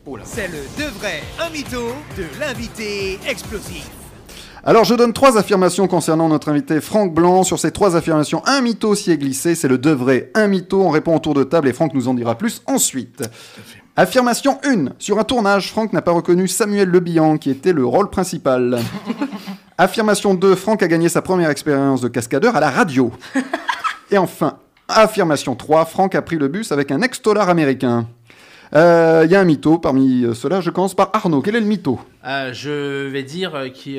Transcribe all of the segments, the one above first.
Oh là. C'est le de vrai, un mytho de l'invité explosif. Alors je donne 3 affirmations concernant notre invité Franck Blanc. Sur ces 3 affirmations, un mytho s'y est glissé. C'est le de vrai, un mytho. On répond au tour de table et Franck nous en dira plus ensuite. Affirmation 1. Sur un tournage, Franck n'a pas reconnu Samuel Le Bihan, qui était le rôle principal. Affirmation 2. Franck a gagné sa première expérience de cascadeur à la radio. Et enfin, affirmation 3. Franck a pris le bus avec un ex-dollar américain. Il y a un mytho parmi ceux-là. Je commence par Arnaud. Quel est le mytho ? Je vais dire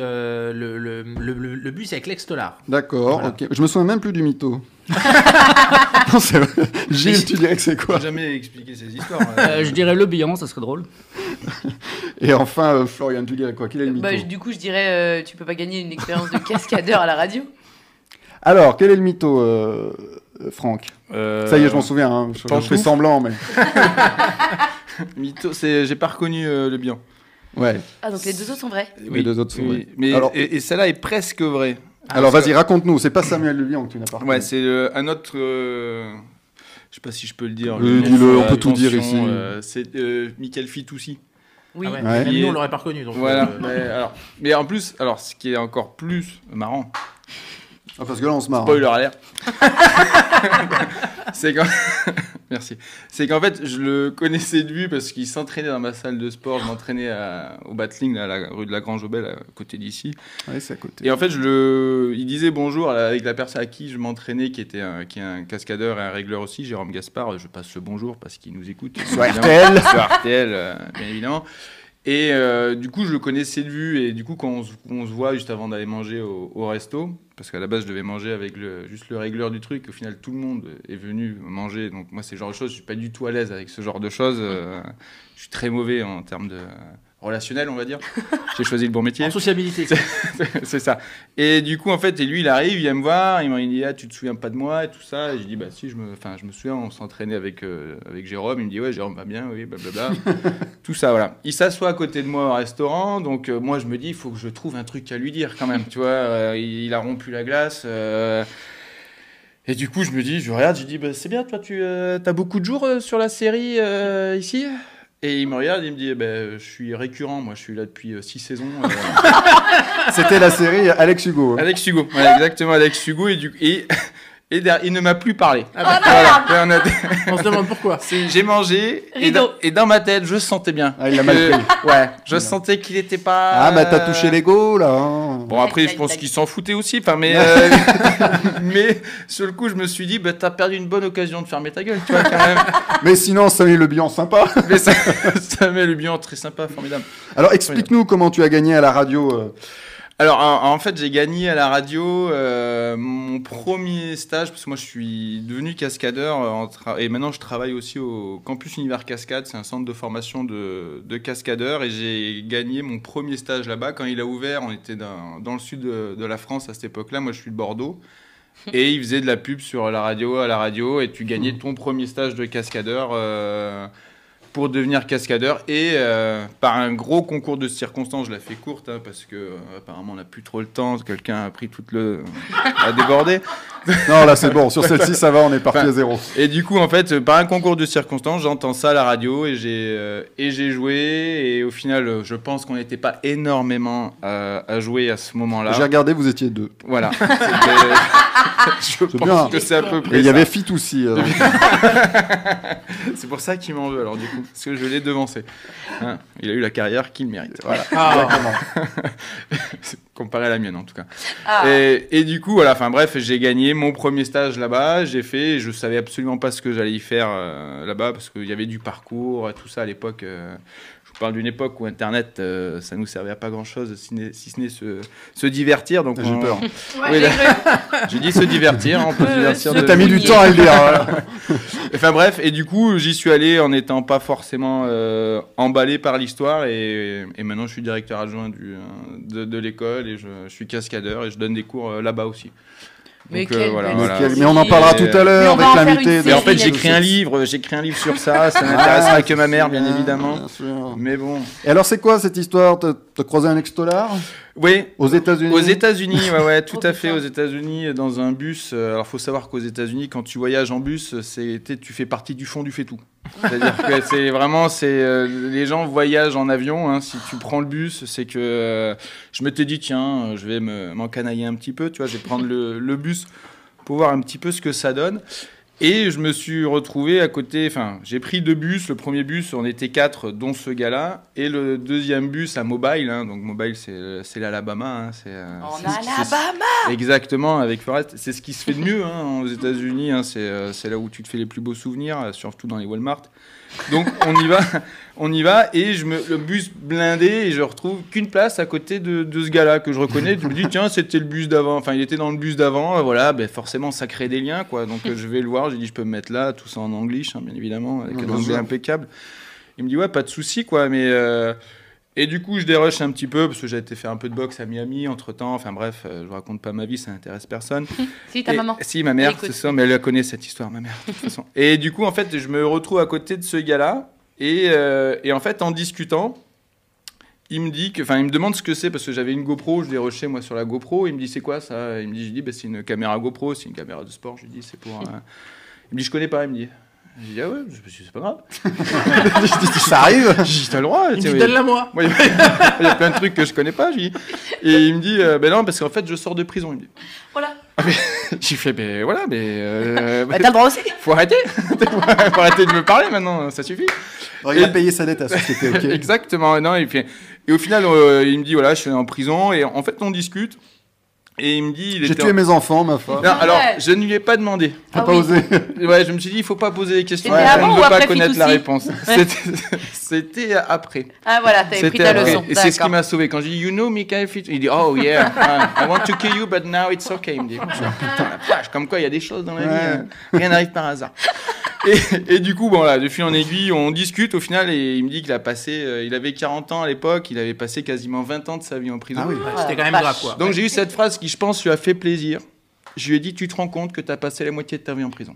le bus avec l'ex-dollar. D'accord, Voilà. ok. Je me souviens même plus du mytho. Non, c'est vrai. Gilles, tu dirais que c'est quoi ? J'ai jamais expliqué ces histoires. Je dirais Le Bihan, ça serait drôle. Et enfin, Florian, tu dirais quoi ? Quel est le mytho ? Du coup, je dirais, tu peux pas gagner une expérience de cascadeur à la radio. Alors, quel est le mytho, Franck ? Ça y est, je m'en souviens. Hein. Je fais Pantoufle. semblant, mais... Mytho, j'ai pas reconnu le Bihan. Ouais. Ah, donc les deux autres sont vrais. Les deux autres sont vrais. Mais Alors- et celle-là est presque vraie. Alors, Parce vas-y, raconte-nous. C'est pas Samuel Le Bihan que tu n'as pas reconnu. Ouais, c'est un autre. Je sais pas si je peux le dire. Oui, nom, dis-le, on peut tout dire attention, ici. C'est Michael Fitoussi. Oui. Ah ouais. Ouais. Même nous, on l'aurait pas reconnu. Donc, Voilà. Mais en plus, alors ce qui est encore plus marrant, Ah, parce que là, on se marre. spoiler alert, c'est quand. Merci. C'est qu'en fait, je le connaissais de vue parce qu'il s'entraînait dans ma salle de sport. Je m'entraînais au Battling, là, à la rue de la Grange-Aubel, à côté d'ici. Ouais, c'est à côté. Et en fait, il disait bonjour avec la personne à qui je m'entraînais, qui est un cascadeur et un régleur aussi, Jérôme Gaspard. Je passe le bonjour parce qu'il nous écoute. Sur évidemment. RTL. Sur RTL, bien évidemment. Et du coup, je le connaissais de vue. Et du coup, quand on se voit juste avant d'aller manger au resto, parce qu'à la base, je devais manger avec juste le régleur du truc. Au final, tout le monde est venu manger. Donc moi, c'est le genre de choses, je suis pas du tout à l'aise avec ce genre de choses. Je suis très mauvais en termes de relationnel, on va dire. J'ai choisi le bon métier. En sociabilité. C'est ça. Et du coup, en fait, lui, il arrive, il vient me voir, il m'a dit, tu te souviens pas de moi et tout ça. Et je dis, bah si, je me souviens, on s'entraînait avec Jérôme. Il me dit, ouais, Jérôme va bien, oui, blablabla. Tout ça, voilà. Il s'assoit à côté de moi au restaurant, donc moi, je me dis, il faut que je trouve un truc à lui dire quand même, tu vois. Il a rompu la glace. Et du coup, je regarde, je dis, bah, c'est bien, toi, tu as beaucoup de jours sur la série ici. Et il me regarde, il me dit, je suis récurrent, moi, je suis là depuis 6 saisons. C'était la série Alex Hugo. Alex Hugo, voilà, exactement, Alex Hugo. Et derrière, il ne m'a plus parlé. Ah bah, on se demande pourquoi. J'ai mangé Rideau. et dans ma tête, je sentais bien. Ah, il a mal pris. Ouais, je sentais qu'il n'était pas. Ah, bah t'as touché l'ego, là. Hein. Bon, après, je pense qu'il s'en foutait aussi. Enfin, mais sur le coup, je me suis dit, t'as perdu une bonne occasion de fermer ta gueule, tu vois, quand même. Mais sinon, Samuel Le Bihan, sympa. Mais ça met le bilan très sympa, formidable. Alors, explique-nous comment tu as gagné à la radio. Alors, en fait, j'ai gagné à la radio mon premier stage, parce que moi, je suis devenu cascadeur, et maintenant, je travaille aussi au Campus Univers Cascade, c'est un centre de formation de cascadeurs, et j'ai gagné mon premier stage là-bas. Quand il a ouvert, on était dans le sud de la France à cette époque-là, moi, je suis de Bordeaux, et il faisait de la pub sur la radio, et tu gagnais ton premier stage de cascadeur pour devenir cascadeur, et par un gros concours de circonstances, je la fais courte, hein, parce que apparemment on n'a plus trop le temps, quelqu'un a pris a débordé. Non, là, c'est bon. Sur celle-ci, ça va, on est parti à zéro. Et du coup, en fait, par un concours de circonstances, j'entends ça à la radio, et j'ai joué, et au final, je pense qu'on n'était pas énormément à jouer à ce moment-là. J'ai regardé, vous étiez 2. Voilà. Je pense bien. que c'est à peu près Et il y ça. avait Fit aussi. C'est pour ça qu'il m'en veut, alors du coup, parce que je l'ai devancé. Hein, il a eu la carrière qu'il mérite. Voilà. Comparé à la mienne, en tout cas. Ah. Et du coup, voilà, enfin bref, j'ai gagné mon premier stage là-bas, j'ai fait, et je savais absolument pas ce que j'allais y faire là-bas, parce qu'il y avait du parcours, tout ça à l'époque. Je vous parle d'une époque où Internet, ça nous servait à pas grand-chose, si ce n'est se divertir. Donc J'ai peur. Oui, là, j'ai dit se divertir, on peut se divertir. T'as mis du temps à le dire. Voilà. Enfin bref, et du coup, j'y suis allé en n'étant pas forcément emballé par l'histoire, et maintenant je suis directeur adjoint de l'école, et je suis cascadeur, et je donne des cours là-bas aussi. Mais Donc, quelle voilà, belle voilà. Mais on en parlera tout à l'heure Mais on va avec en faire l'invité. une Mais en fait, série j'écris un livre sur ça, ça n'intéressera que ma mère, bien évidemment. Bien sûr. Mais bon. Et alors, c'est quoi cette histoire ? T'as croisé un ex-dollar Oui, aux États-Unis ? aux États-Unis, ouais, tout Oh, à fait, putain. aux États-Unis, dans un bus. Alors, faut savoir qu'aux États-Unis, quand tu voyages en bus, tu fais partie du fond du fait-tout. C'est-à-dire que c'est vraiment, les gens voyagent en avion. Hein. Si tu prends le bus, c'est que je m'étais dit, tiens, je vais m'encanailler un petit peu. Tu vois, je vais prendre le bus pour voir un petit peu ce que ça donne. Et je me suis retrouvé à côté, enfin, j'ai pris 2 bus. Le premier bus, on était 4, dont ce gars-là. Et le deuxième bus à Mobile, hein, donc Mobile, c'est l'Alabama. Hein, Alabama. Exactement, avec Forrest. C'est ce qui se fait de mieux hein, aux États-Unis. Hein, c'est là où tu te fais les plus beaux souvenirs, surtout dans les Walmart. Donc on y va, et le bus blindé, et je retrouve qu'une place à côté de ce gars-là que je reconnais. Je me dis tiens, c'était le bus d'avant, enfin il était dans le bus d'avant, voilà, ben forcément ça crée des liens quoi. Donc je vais le voir, j'ai dit je peux me mettre là, tout ça en anglais, hein, bien évidemment, avec un anglais impeccable. Il me dit ouais, pas de souci quoi, mais et du coup je dérush un petit peu parce que j'ai été faire un peu de boxe à Miami entre temps. Enfin bref, je raconte pas ma vie, ça n'intéresse personne. Si ta maman. Si ma mère, Écoute. c'est ça, mais elle la connaît cette histoire, ma mère de toute façon. Et du coup en fait je me retrouve à côté de ce gars-là et en fait en discutant, il me demande ce que c'est parce que j'avais une GoPro, je l'ai rushé moi sur la GoPro. Il me dit c'est quoi ça? Il me dit, je dis c'est une caméra GoPro, c'est une caméra de sport. Je lui dis c'est pour. Il me dit je connais pas. Il me dit. J'ai dit ah ouais, c'est pas grave. Ça arrive. J'ai dit t'as le droit. Il me dit donne-la moi. Moi, il y a plein de trucs que je connais pas. Et il me dit ben non parce qu'en fait je sors de prison. Il me dit. Voilà. J'ai fait ben voilà T'as le droit aussi. faut arrêter. Faut arrêter de me parler maintenant. Ça suffit. Il a payé sa dette à la société. Ok. Exactement. Non, et au final, il me dit voilà, je suis en prison. Et en fait, on discute. Et il me dit J'ai tué mes enfants, ma foi. Non, alors, Ouais. je ne lui ai pas demandé. T'as Ah pas oui. osé. Ouais, je me suis dit, il faut pas poser des questions. C'était On avant ne ou veut pas après connaître la Fitoussi réponse. C'était après. Ah voilà, t'avais pris C'était ta après. leçon. Et c'est ce qui D'accord. m'a sauvé. Quand je dis, you know Michael Fit, il dit, oh yeah, I want to kill you, but now it's okay. Il me dit, putain, la vache, comme quoi il y a des choses dans la vie, rien n'arrive par hasard. Et du coup, bon là, de fil en aiguille, on discute au final, et il me dit qu'il a passé, il avait 40 ans à l'époque, il avait passé quasiment 20 ans de sa vie en prison. Ah oui. C'était quand même Vache. grave quoi. Donc j'ai eu cette phrase qui, je pense, lui a fait plaisir. Je lui ai dit, tu te rends compte que tu as passé la moitié de ta vie en prison.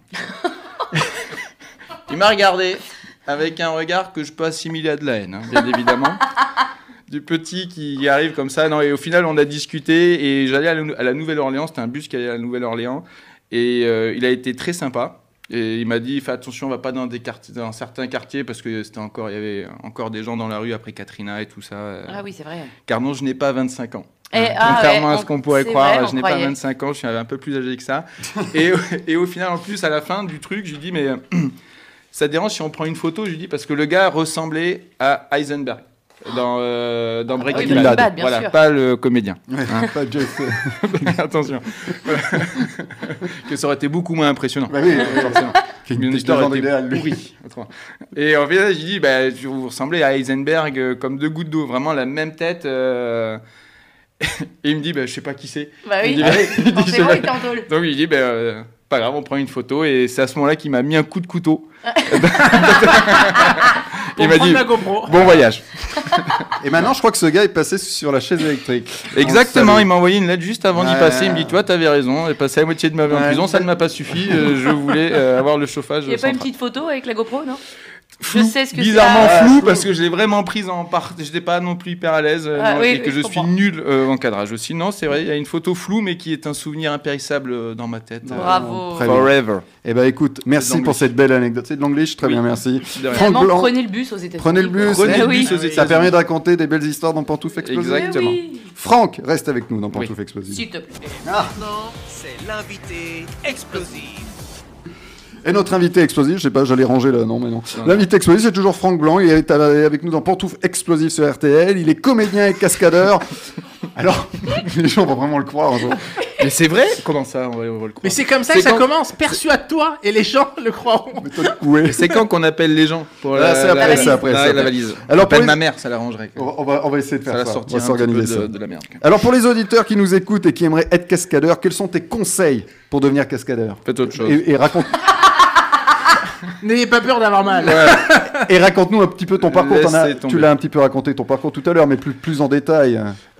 Il m'a regardé avec un regard que je peux assimiler à de la haine, hein, bien évidemment. Du petit qui arrive comme ça. Non, et au final, on a discuté et j'allais à la Nouvelle-Orléans. C'était un bus qui allait à la Nouvelle-Orléans. Et il a été très sympa. Et il m'a dit, fais attention, on va pas dans certains quartiers parce que il y avait encore des gens dans la rue après Katrina et tout ça. Ah oui, c'est vrai. Car non, je n'ai pas 25 ans. Contrairement à ce qu'on pourrait croire, je n'ai pas 25 ans, je suis un peu plus âgé que ça. et au final, en plus, à la fin du truc, je lui dis, mais ça te dérange si on prend une photo? Je lui dis, parce que le gars ressemblait à Heisenberg dans Breaking Breaking Bad, Bad, bien voilà, sûr. pas le comédien. Ouais, pas Jeff. Attention. Que ça aurait été beaucoup moins impressionnant. Bah oui, forcément. Qui est Une une histoire légende était idéale, lui. pourrie, autrement. Et en fait, j'ai dit, bah, vous ressemblez à Heisenberg comme 2 gouttes d'eau, vraiment la même tête. Et il me dit, bah, je sais pas qui c'est. Bah Il oui. me dit, il dit, je sais Forcément, pas. il était en tôle. Donc il dit, bah, pas grave, on prend une photo. Et c'est à ce moment-là qu'il m'a mis un coup de couteau. Il m'a dit, la GoPro. bon voyage. Et maintenant, je crois que ce gars est passé sur la chaise électrique. Exactement, On il m'a envoyé une lettre juste avant d'y Ouais. passer. Il me dit, toi, t'avais raison, j'ai passé la moitié de ma vie en Ouais. prison, ça ne m'a pas suffi. Je voulais avoir le chauffage. Il n'y a pas une central. petite photo avec la GoPro, non? Flou, Je sais ce que bizarrement c'est. flou parce que je l'ai vraiment prise en part. J'étais pas non plus hyper à l'aise Ah, oui, et que oui, je je suis comprends. nul en cadrage aussi. Non, c'est vrai, il y a une photo floue mais qui est un souvenir impérissable dans ma tête. Bravo. Très bien. Forever. Eh ben écoute, merci l'anglais. pour cette belle anecdote. C'est de l'anglais, très Oui. bien, merci. De rien. Franck Finalement, Blanc. prenez le bus aux États-Unis. Prenez le bus. Prenez Eh le oui. bus aux Ça États-Unis. permet de raconter des belles histoires dans Pantoufles Explosives. Exactement. Eh oui. Franck, reste avec nous dans Pantoufles Explosives. S'il te plaît. Maintenant, c'est l'invité explosif. Et notre invité explosif, je sais pas, j'allais ranger là, non mais non. L'invité explosif, c'est toujours Franck Blanc, il est avec nous dans Pantoufles Explosives sur RTL, il est comédien et cascadeur. Alors, les gens vont vraiment le croire un jour. Mais c'est vrai. Comment ça, on va le croire. Mais c'est comme ça C'est que ça quand- commence. Persuade-toi et les gens le croiront. Mais toi, où est- C'est quand qu'on appelle les gens pour Ah, c'est après, c'est après, la, c'est après. la valise. Alors, Alors pour appelle les- ma mère, ça l'arrangerait. on va essayer de Ça faire va ça, on sortir va un petit peu s'organiser ça. de la merde. Alors pour les auditeurs qui nous écoutent et qui aimeraient être cascadeurs, quels sont tes conseils pour devenir cascadeur? Faites autre chose. Et raconte, N'ayez pas peur d'avoir mal. et raconte-nous un petit peu ton parcours. Laissez Tu tomber. l'as un petit peu raconté ton parcours tout à l'heure, mais plus en détail.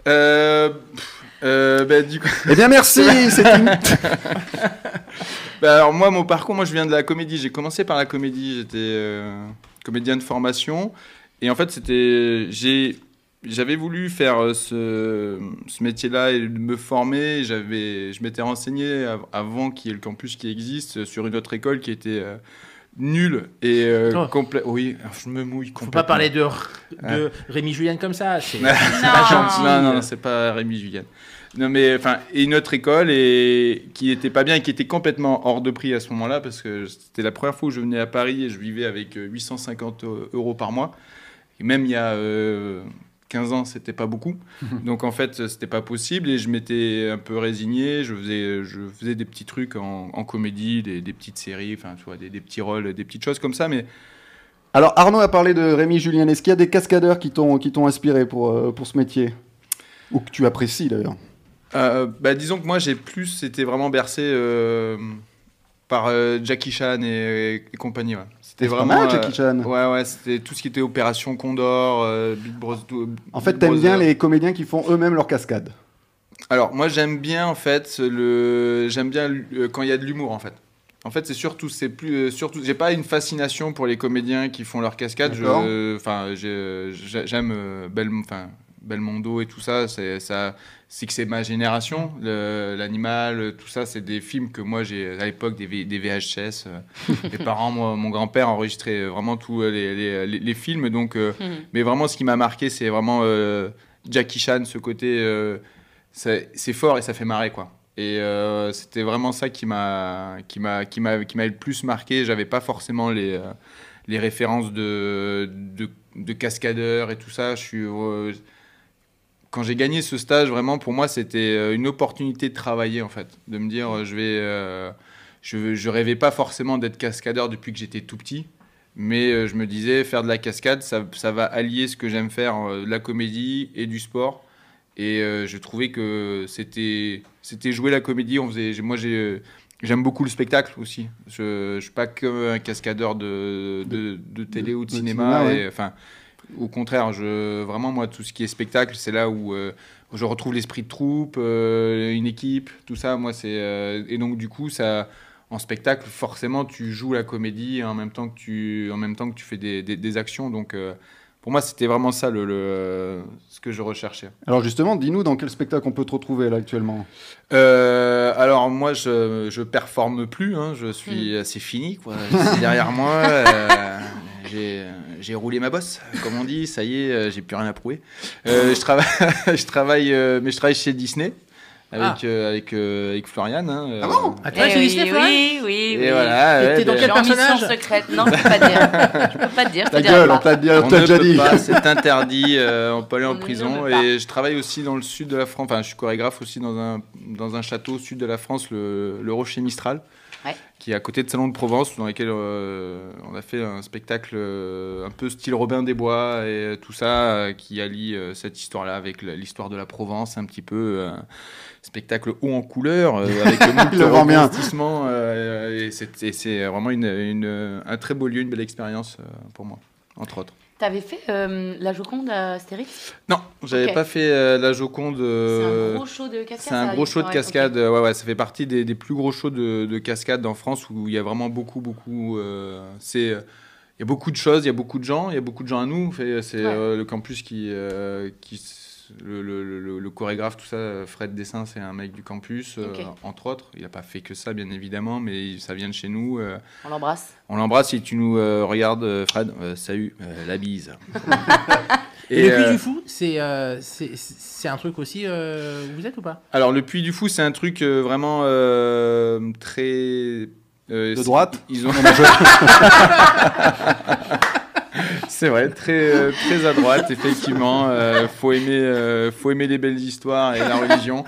Du coup, Eh bien merci, c'est une... alors moi, mon parcours, je viens de la comédie. J'ai commencé par la comédie. J'étais comédien de formation. Et en fait, j'avais voulu faire ce métier-là et me former. Je m'étais renseigné avant qu'il y ait le campus qui existe sur une autre école qui était nul et Oh. complet. Oui, je me mouille Faut complètement. pas parler de Rémi Julien comme ça. C'est Non. pas gentil. Non, c'est pas Rémi Julien. Non, mais enfin, et une autre école et qui était pas bien et qui était complètement hors de prix à ce moment-là parce que c'était la première fois où je venais à Paris et je vivais avec 850 € par mois. Et même il y a 15 ans, c'était pas beaucoup. Donc en fait, c'était pas possible et je m'étais un peu résigné. Je faisais des petits trucs en comédie, des petites séries, enfin, tu vois, des petits rôles, des petites choses comme ça, mais. Alors Arnaud a parlé de Rémi Julien. Est-ce qu'il y a des cascadeurs qui t'ont inspiré pour ce métier? Ou que tu apprécies d'ailleurs? Disons que moi c'était vraiment bercé par Jackie Chan et compagnie. Ouais. C'était C'est pas vraiment mal, Jackie Chan. Ouais, c'était tout ce qui était Opération Condor, Big Bros. En fait, t'aimes bien les comédiens qui font eux-mêmes leurs cascades. Alors moi j'aime bien en fait quand il y a de l'humour en fait. En fait, surtout, j'ai pas une fascination pour les comédiens qui font leurs cascades. D'accord. J'aime Belmondo et tout ça. C'est que c'est ma génération. L'animal, tout ça, c'est des films que moi j'ai à l'époque des VHS. Mes parents, mon grand-père enregistrait vraiment tous les films. Donc, mais vraiment, ce qui m'a marqué, c'est vraiment Jackie Chan, ce côté. C'est fort et ça fait marrer quoi. Et c'était vraiment ça qui m'a le plus marqué. J'avais pas forcément les références de cascadeurs et tout ça. Quand j'ai gagné ce stage, vraiment pour moi c'était une opportunité de travailler en fait, de me dire je rêvais pas forcément d'être cascadeur depuis que j'étais tout petit, mais je me disais faire de la cascade ça va allier ce que j'aime faire, de la comédie et du sport. Et je trouvais que c'était jouer la comédie. J'aime beaucoup le spectacle aussi. Je suis pas qu'un cascadeur de télé ou de cinéma. Ouais. Enfin, au contraire, vraiment moi tout ce qui est spectacle, c'est là où je retrouve l'esprit de troupe, une équipe, tout ça. Moi et donc du coup ça. En spectacle, forcément, tu joues la comédie en même temps que tu fais des actions. Donc pour moi, c'était vraiment ça ce que je recherchais. Alors justement, dis-nous dans quel spectacle on peut te retrouver là actuellement. Alors moi, je performe plus. Hein, c'est fini, quoi. C'est derrière moi. J'ai roulé ma bosse, comme on dit. Ça y est, j'ai plus rien à prouver. Je travaille chez Disney. Avec Florian. Hein, Ah bon? À toi, c'est Disney, Florian? Oui. Et voilà. T'es dans quel personnage? Mission secrète. Non, je peux pas te dire. Je peux pas te dire. Ta gueule, on t'a déjà dit. C'est interdit. On peut aller en On prison. ne peut pas. Et je travaille aussi dans le sud de la France. Enfin, je suis chorégraphe aussi dans un château au sud de la France, le Rocher Mistral. Ouais. Qui est à côté de Salon de Provence, dans lequel on a fait un spectacle un peu style Robin des Bois et tout ça, qui allie cette histoire-là avec l'histoire de la Provence, un petit peu spectacle haut en couleur, avec Il le vend bien. investissement, et c'est vraiment un très beau lieu, une belle expérience pour moi, entre autres. T'avais fait la Joconde à Astérix? Non, j'avais Ok. pas fait la Joconde. C'est un gros show de cascade. C'est un gros show de cascade. Ouais, ça fait partie des plus gros shows de cascade en France où il y a vraiment beaucoup. Il y a beaucoup de choses, il y a beaucoup de gens à nous. C'est le campus le chorégraphe, tout ça, Fred Dessin, c'est un mec du campus, entre autres. Il n'a pas fait que ça, bien évidemment, mais ça vient de chez nous. On l'embrasse. On l'embrasse si tu nous regardes, Fred. Salut, la bise. Et le Puy du Fou, c'est un truc aussi où vous êtes ou pas? Alors, le Puy du Fou, c'est un truc vraiment très... De droite. Ils ont... C'est vrai, très à droite, effectivement. Faut aimer les belles histoires et la religion.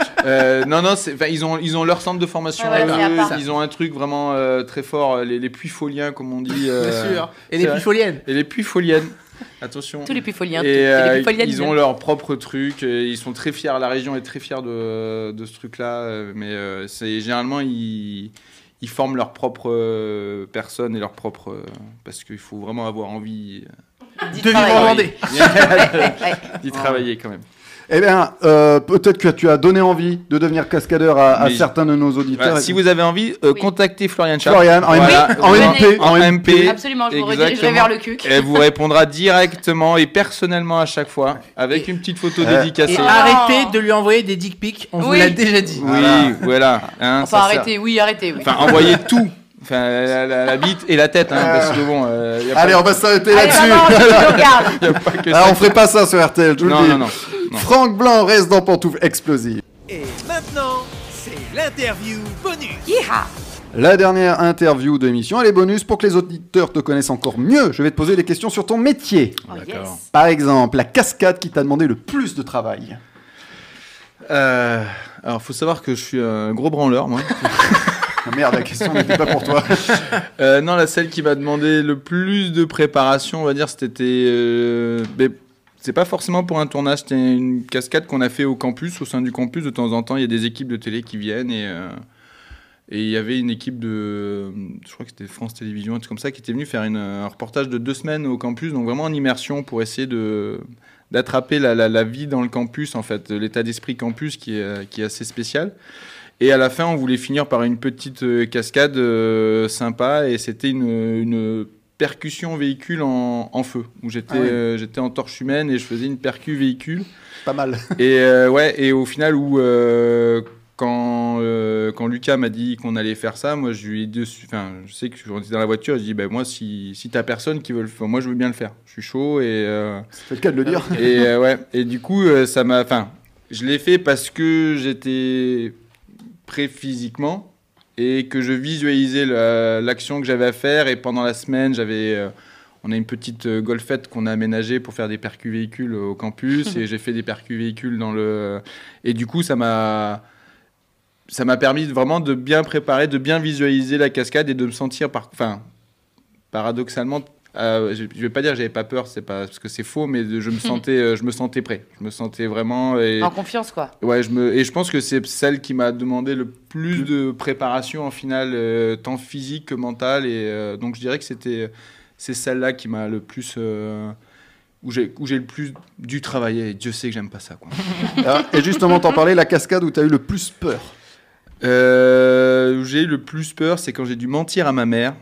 Ils ont leur centre de formation. Ouais, c'est à part. Ils ont un truc vraiment très fort, les puy-foliens, comme on dit. Bien sûr. Et c'est les vrai. puy-foliennes. Et les puy-foliennes. Attention. Tous les Puyfoliens. Et ils ont leur propre truc. Ils sont très fiers. La région est très fière de ce truc-là. Mais généralement, ils forment leur propre personne et leur propre... parce qu'il faut vraiment avoir envie De vivre en Vendée. d'y travailler quand même. Eh bien, peut-être que tu as donné envie de devenir cascadeur à Mais certains de nos auditeurs. Voilà, si vous avez envie, contactez Florian Chap. Florian, en MP. En MP. Absolument, je vous Exactement. redirigerai vers le CUC. Elle vous répondra directement et personnellement à chaque fois, avec une petite photo dédicacée. Et arrêtez de lui envoyer des dick pics, on vous Oui. l'a déjà dit. Oui, voilà. Hein, Enfin, arrêtez, oui. Enfin, envoyez tout. Enfin, la bite et la tête, hein, parce que bon... y a Allez, pas... on va s'arrêter Allez, là-dessus. maman, je te regarde. y a pas que Ah, ça. on ferait pas ça sur RTL, je vous le dis. Non. Franck Blanc reste dans Pantoufles Explosives. Et maintenant, c'est l'interview bonus. Yeeha. La dernière interview de l'émission, elle est bonus pour que les auditeurs te connaissent encore mieux. Je vais te poser des questions sur ton métier. Oh D'accord. yes. Par exemple, la cascade qui t'a demandé le plus de travail. Alors, faut savoir que je suis un gros branleur, moi. Ah, merde, la question n'était pas pour toi. Non, celle qui m'a demandé le plus de préparation, on va dire, c'était... mais c'est pas forcément pour un tournage, c'était une cascade qu'on a fait au campus, au sein du campus. De temps en temps, il y a des équipes de télé qui viennent et il y avait une équipe de... Je crois que c'était France Télévisions, un truc comme ça, qui était venue faire un reportage de 2 semaines au campus, donc vraiment en immersion pour essayer d'attraper la vie dans le campus, en fait, l'état d'esprit campus qui est assez spécial. Et à la fin, on voulait finir par une petite cascade sympa, et c'était une percussion véhicule en feu, où j'étais en torche humaine et je faisais une percu véhicule. Pas mal. Et au final, quand Lucas m'a dit qu'on allait faire ça, moi je lui ai dit, enfin, je sais que on était dans la voiture, je dis ben moi si t'as personne qui veut le faire, moi je veux bien le faire, je suis chaud C'est le cas de le dire. et du coup ça m'a, enfin, je l'ai fait parce que j'étais prêt physiquement et que je visualisais l'action que j'avais à faire, et pendant la semaine on a une petite golfette qu'on a aménagée pour faire des percus véhicules au campus et j'ai fait des percus véhicules et du coup ça m'a permis vraiment de bien préparer, de bien visualiser la cascade et de me sentir, paradoxalement, je vais pas dire que j'avais pas peur, c'est pas parce que c'est faux, mais je me sentais prêt. Je me sentais vraiment En confiance, quoi. Ouais, je pense que c'est celle qui m'a demandé le plus de préparation en finale, tant physique que mentale, et donc je dirais que c'est celle-là qui m'a le plus où j'ai le plus dû travailler, et Dieu sait que j'aime pas ça, quoi. Et justement, t'en parlais, la cascade où t'as eu le plus peur. Où j'ai eu le plus peur, c'est quand j'ai dû mentir à ma mère.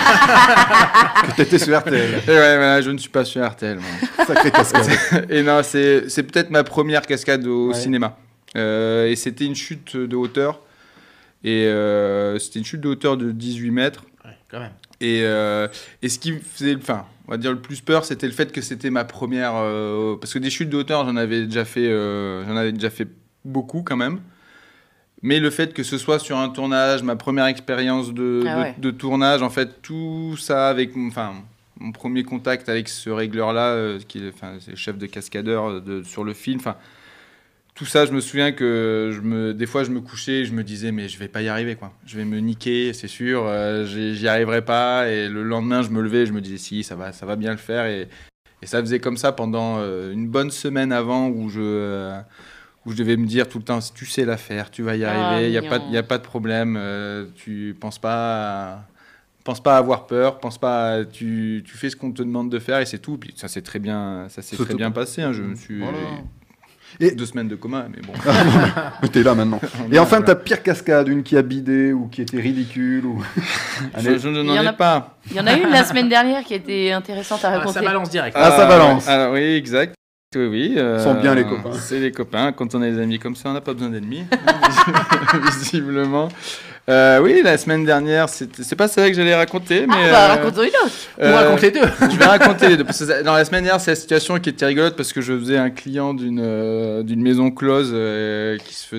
Que t'étais sur RTL. Et ouais, voilà, je ne suis pas sur RTL, moi. Sacrée cascade. Et non, c'est peut-être ma première cascade au cinéma. Et c'était une chute de hauteur. Et c'était une chute de hauteur de 18 mètres. Ouais, quand même. Et ce qui me faisait, enfin, on va dire le plus peur, c'était le fait que c'était ma première. Parce que des chutes de hauteur, j'en avais déjà fait beaucoup quand même. Mais le fait que ce soit sur un tournage, ma première expérience de tournage, en fait, tout ça avec mon premier contact avec ce régleur-là, c'est le chef de cascadeur sur le film. Tout ça, je me souviens que des fois, je me couchais et je me disais, mais je vais pas y arriver, quoi. Je vais me niquer, c'est sûr, j'y arriverai pas. Et le lendemain, je me levais et je me disais, si, ça va bien le faire. Et ça faisait comme ça pendant une bonne semaine avant où je devais me dire tout le temps, si tu sais la faire, tu vas y arriver, il y a pas de problème, tu penses pas à avoir peur, tu fais ce qu'on te demande de faire et c'est tout. Puis ça s'est très bien passé, hein. Je me suis... Et 2 semaines de coma, mais bon. Mais t'es là maintenant. Et enfin, ta pire cascade, une qui a bidé ou qui était ridicule ou... Je n'en ai pas. Il y en a une la semaine dernière qui était intéressante à raconter. Ça balance direct. Ah, ça balance. Alors, oui, exact. Oui. Sont bien les copains. C'est les copains. Quand on a des amis comme ça, on n'a pas besoin d'ennemis, visiblement. Oui, la semaine dernière, c'est pas ça que j'allais raconter, mais... raconte-en une autre. On raconte les deux. Je vais raconter les deux. Parce que dans la semaine dernière, c'est la situation qui était rigolote parce que je faisais un client d'une maison close qui se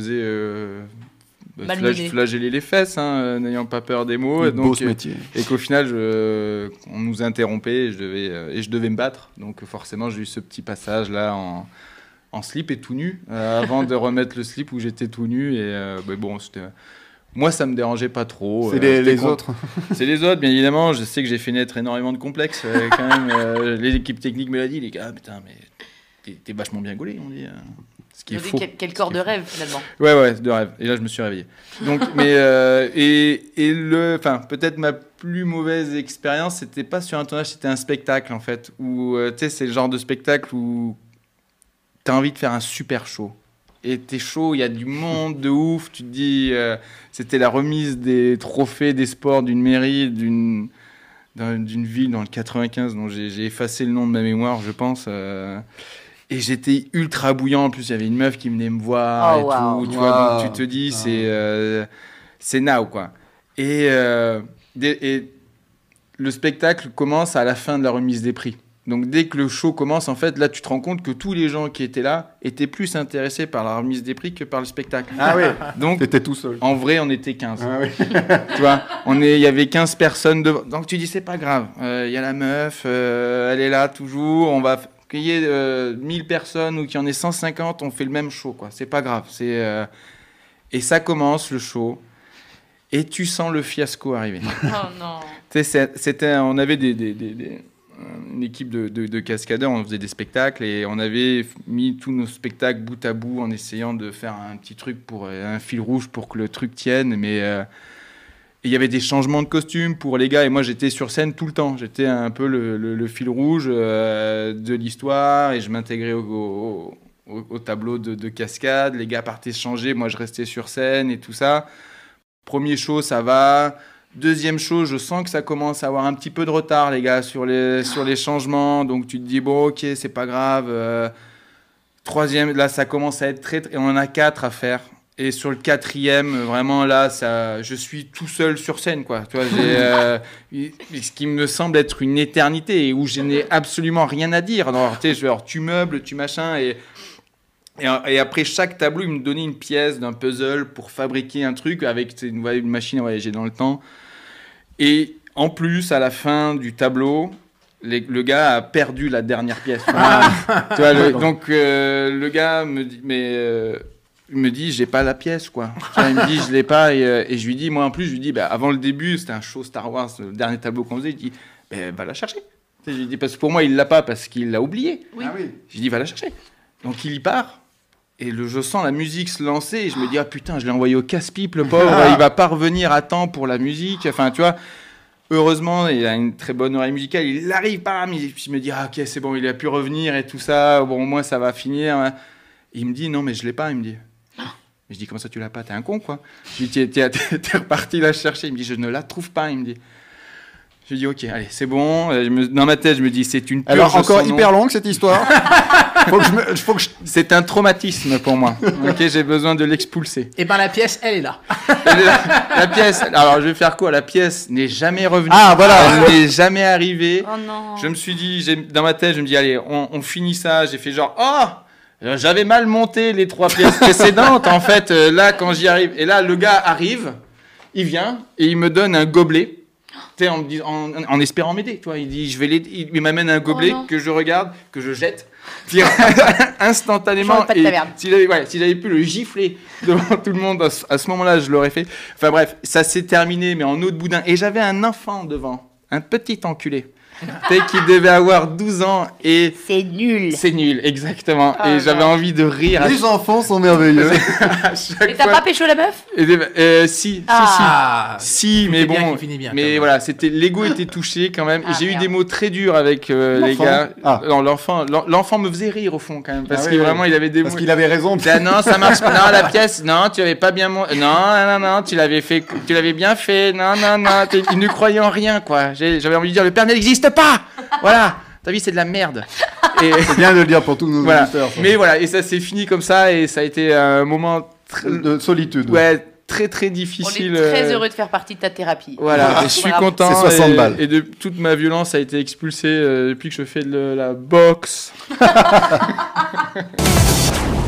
faisait flageller les fesses, n'ayant pas peur des mots. Un beau ce métier. Et qu'au final, on nous interrompait et je devais me battre. Donc forcément, j'ai eu ce petit passage là en slip et tout nu, avant de remettre le slip où j'étais tout nu. Et bon, c'était... Moi, ça me dérangeait pas trop. C'est les autres. C'est les autres, bien évidemment. Je sais que j'ai fait naître énormément de complexes. Quand même, les équipes techniques me l'ont dit. Les gars, putain, mais t'es vachement bien gaulé, on dit. Ce qui est faux. Quel corps de rêve, finalement. Ouais, de rêve. Et là, je me suis réveillé. Donc, mais peut-être ma plus mauvaise expérience, c'était pas sur un tournage, c'était un spectacle en fait. Où tu sais, c'est le genre de spectacle où t'as envie de faire un super show. Et t'es chaud, il y a du monde de ouf. Tu te dis, c'était la remise des trophées des sports d'une mairie, d'une ville dans le 95, dont j'ai effacé le nom de ma mémoire, je pense. Et j'étais ultra bouillant. En plus, il y avait une meuf qui venait me voir tout. Tu vois, donc tu te dis, c'est now, quoi. Et Et le spectacle commence à la fin de la remise des prix. Donc dès que le show commence, en fait, là, tu te rends compte que tous les gens qui étaient là étaient plus intéressés par la remise des prix que par le spectacle. Ah oui. Donc, T'étais tout seul. en vrai, on était 15. Ah oui. Tu vois, il y avait 15 personnes devant. Donc tu dis, c'est pas grave. Il y a la meuf, elle est là toujours. On va qu'il y ait 1000 personnes ou qu'il y en ait 150, on fait le même show, quoi. C'est pas grave. Et ça commence, le show. Et tu sens le fiasco arriver. Oh non. Tu sais, on avait une équipe de cascadeurs, on faisait des spectacles et on avait mis tous nos spectacles bout à bout en essayant de faire un petit truc un fil rouge pour que le truc tienne. Mais il y avait des changements de costumes pour les gars et moi j'étais sur scène tout le temps. J'étais un peu le fil rouge de l'histoire et je m'intégrais au tableau de cascade. Les gars partaient se changer, moi je restais sur scène et tout ça. Premier show, ça va. Deuxième show, je sens que ça commence à avoir un petit peu de retard, les gars, sur les changements. Donc, tu te dis, bon, ok, c'est pas grave. Troisième, là, ça commence à être très... Et on en a 4 à faire. Et sur le 4e, vraiment, là, je suis tout seul sur scène, quoi. Tu vois, ce qui me semble être une éternité et où je n'ai absolument rien à dire. Alors, tu sais, genre, tu meubles, tu machin, et après chaque tableau, il me donnait une pièce d'un puzzle pour fabriquer un truc avec une machine à voyager dans le temps. Et en plus, à la fin du tableau, le gars a perdu la dernière pièce. Tu vois, donc le gars me dit, j'ai pas la pièce, quoi. Tu vois, il me dit, je l'ai pas. Et je lui dis, moi en plus, je lui dis, avant le début, c'était un show Star Wars, le dernier tableau qu'on faisait. Je dis, va la chercher. Je lui dis, parce que pour moi, il l'a pas parce qu'il l'a oublié. Oui. Ah oui. Je lui dis, va la chercher. Donc il y part. Et je sens la musique se lancer et je me dis, ah putain, je l'ai envoyé au casse-pipe, le pauvre, il va pas revenir à temps pour la musique. Enfin, tu vois, heureusement, il a une très bonne oreille musicale, il arrive, bam, et puis je me dis, ah ok, c'est bon, il a pu revenir et tout ça, bon, au moins ça va finir. Et il me dit, non, mais je l'ai pas, il me dit. Et je dis, comment ça tu l'as pas, t'es un con, quoi. Je lui dis, t'es reparti la chercher, il me dit, je ne la trouve pas, il me dit. Je lui dis, ok, allez, c'est bon. Dans ma tête, je me dis, c'est une purge. Alors, encore hyper longue cette histoire. C'est un traumatisme pour moi. Ok, j'ai besoin de l'expulser. Et ben la pièce, elle est là. La pièce, alors je vais faire quoi? La pièce n'est jamais revenue. Ah, voilà. Elle n'est jamais arrivée. Oh non. Je me suis dit, dans ma tête, je me dis, allez, on finit ça. J'ai fait genre, oh, j'avais mal monté les 3 pièces précédentes. En fait, là, quand j'y arrive, et là, le gars arrive, il vient et il me donne un gobelet. En espérant m'aider, tu vois, il dit, il m'amène un gobelet que je regarde, que je jette, puis instantanément. Pas de ta merde. S'il avait pu le gifler devant tout le monde à ce moment-là, je l'aurais fait. Enfin bref, ça s'est terminé, mais en eau de boudin. Et j'avais un enfant devant, un petit enculé. Qui devait avoir 12 ans et... C'est nul. C'est nul, exactement. Oh et j'avais envie de rire. Les enfants sont merveilleux. Et t'as pas pécho la meuf? Si, mais Bien, bon. qui finit bien, Mais voilà, l'ego était touché quand même. Et j'ai eu des mots très durs avec les gars. Non, l'enfant me faisait rire au fond quand même. Parce que vraiment, il avait des mots. Parce qu'il avait raison. Non, ça marche pas. Non, la pièce, non, tu avais pas bien monté. Non, tu l'avais bien fait. Non. Il ne croyait en rien, quoi. J'avais envie de dire, le Père n'existe pas. Voilà, ta vie c'est de la merde. Et C'est bien de le dire pour tous nos auditeurs. Mais voilà, et ça s'est fini comme ça et ça a été un moment De solitude. ouais, très On difficile. est très heureux de faire partie de ta thérapie. Voilà, et je suis content. C'est 60 balles. Et de toute ma violence a été expulsée depuis que je fais de la boxe.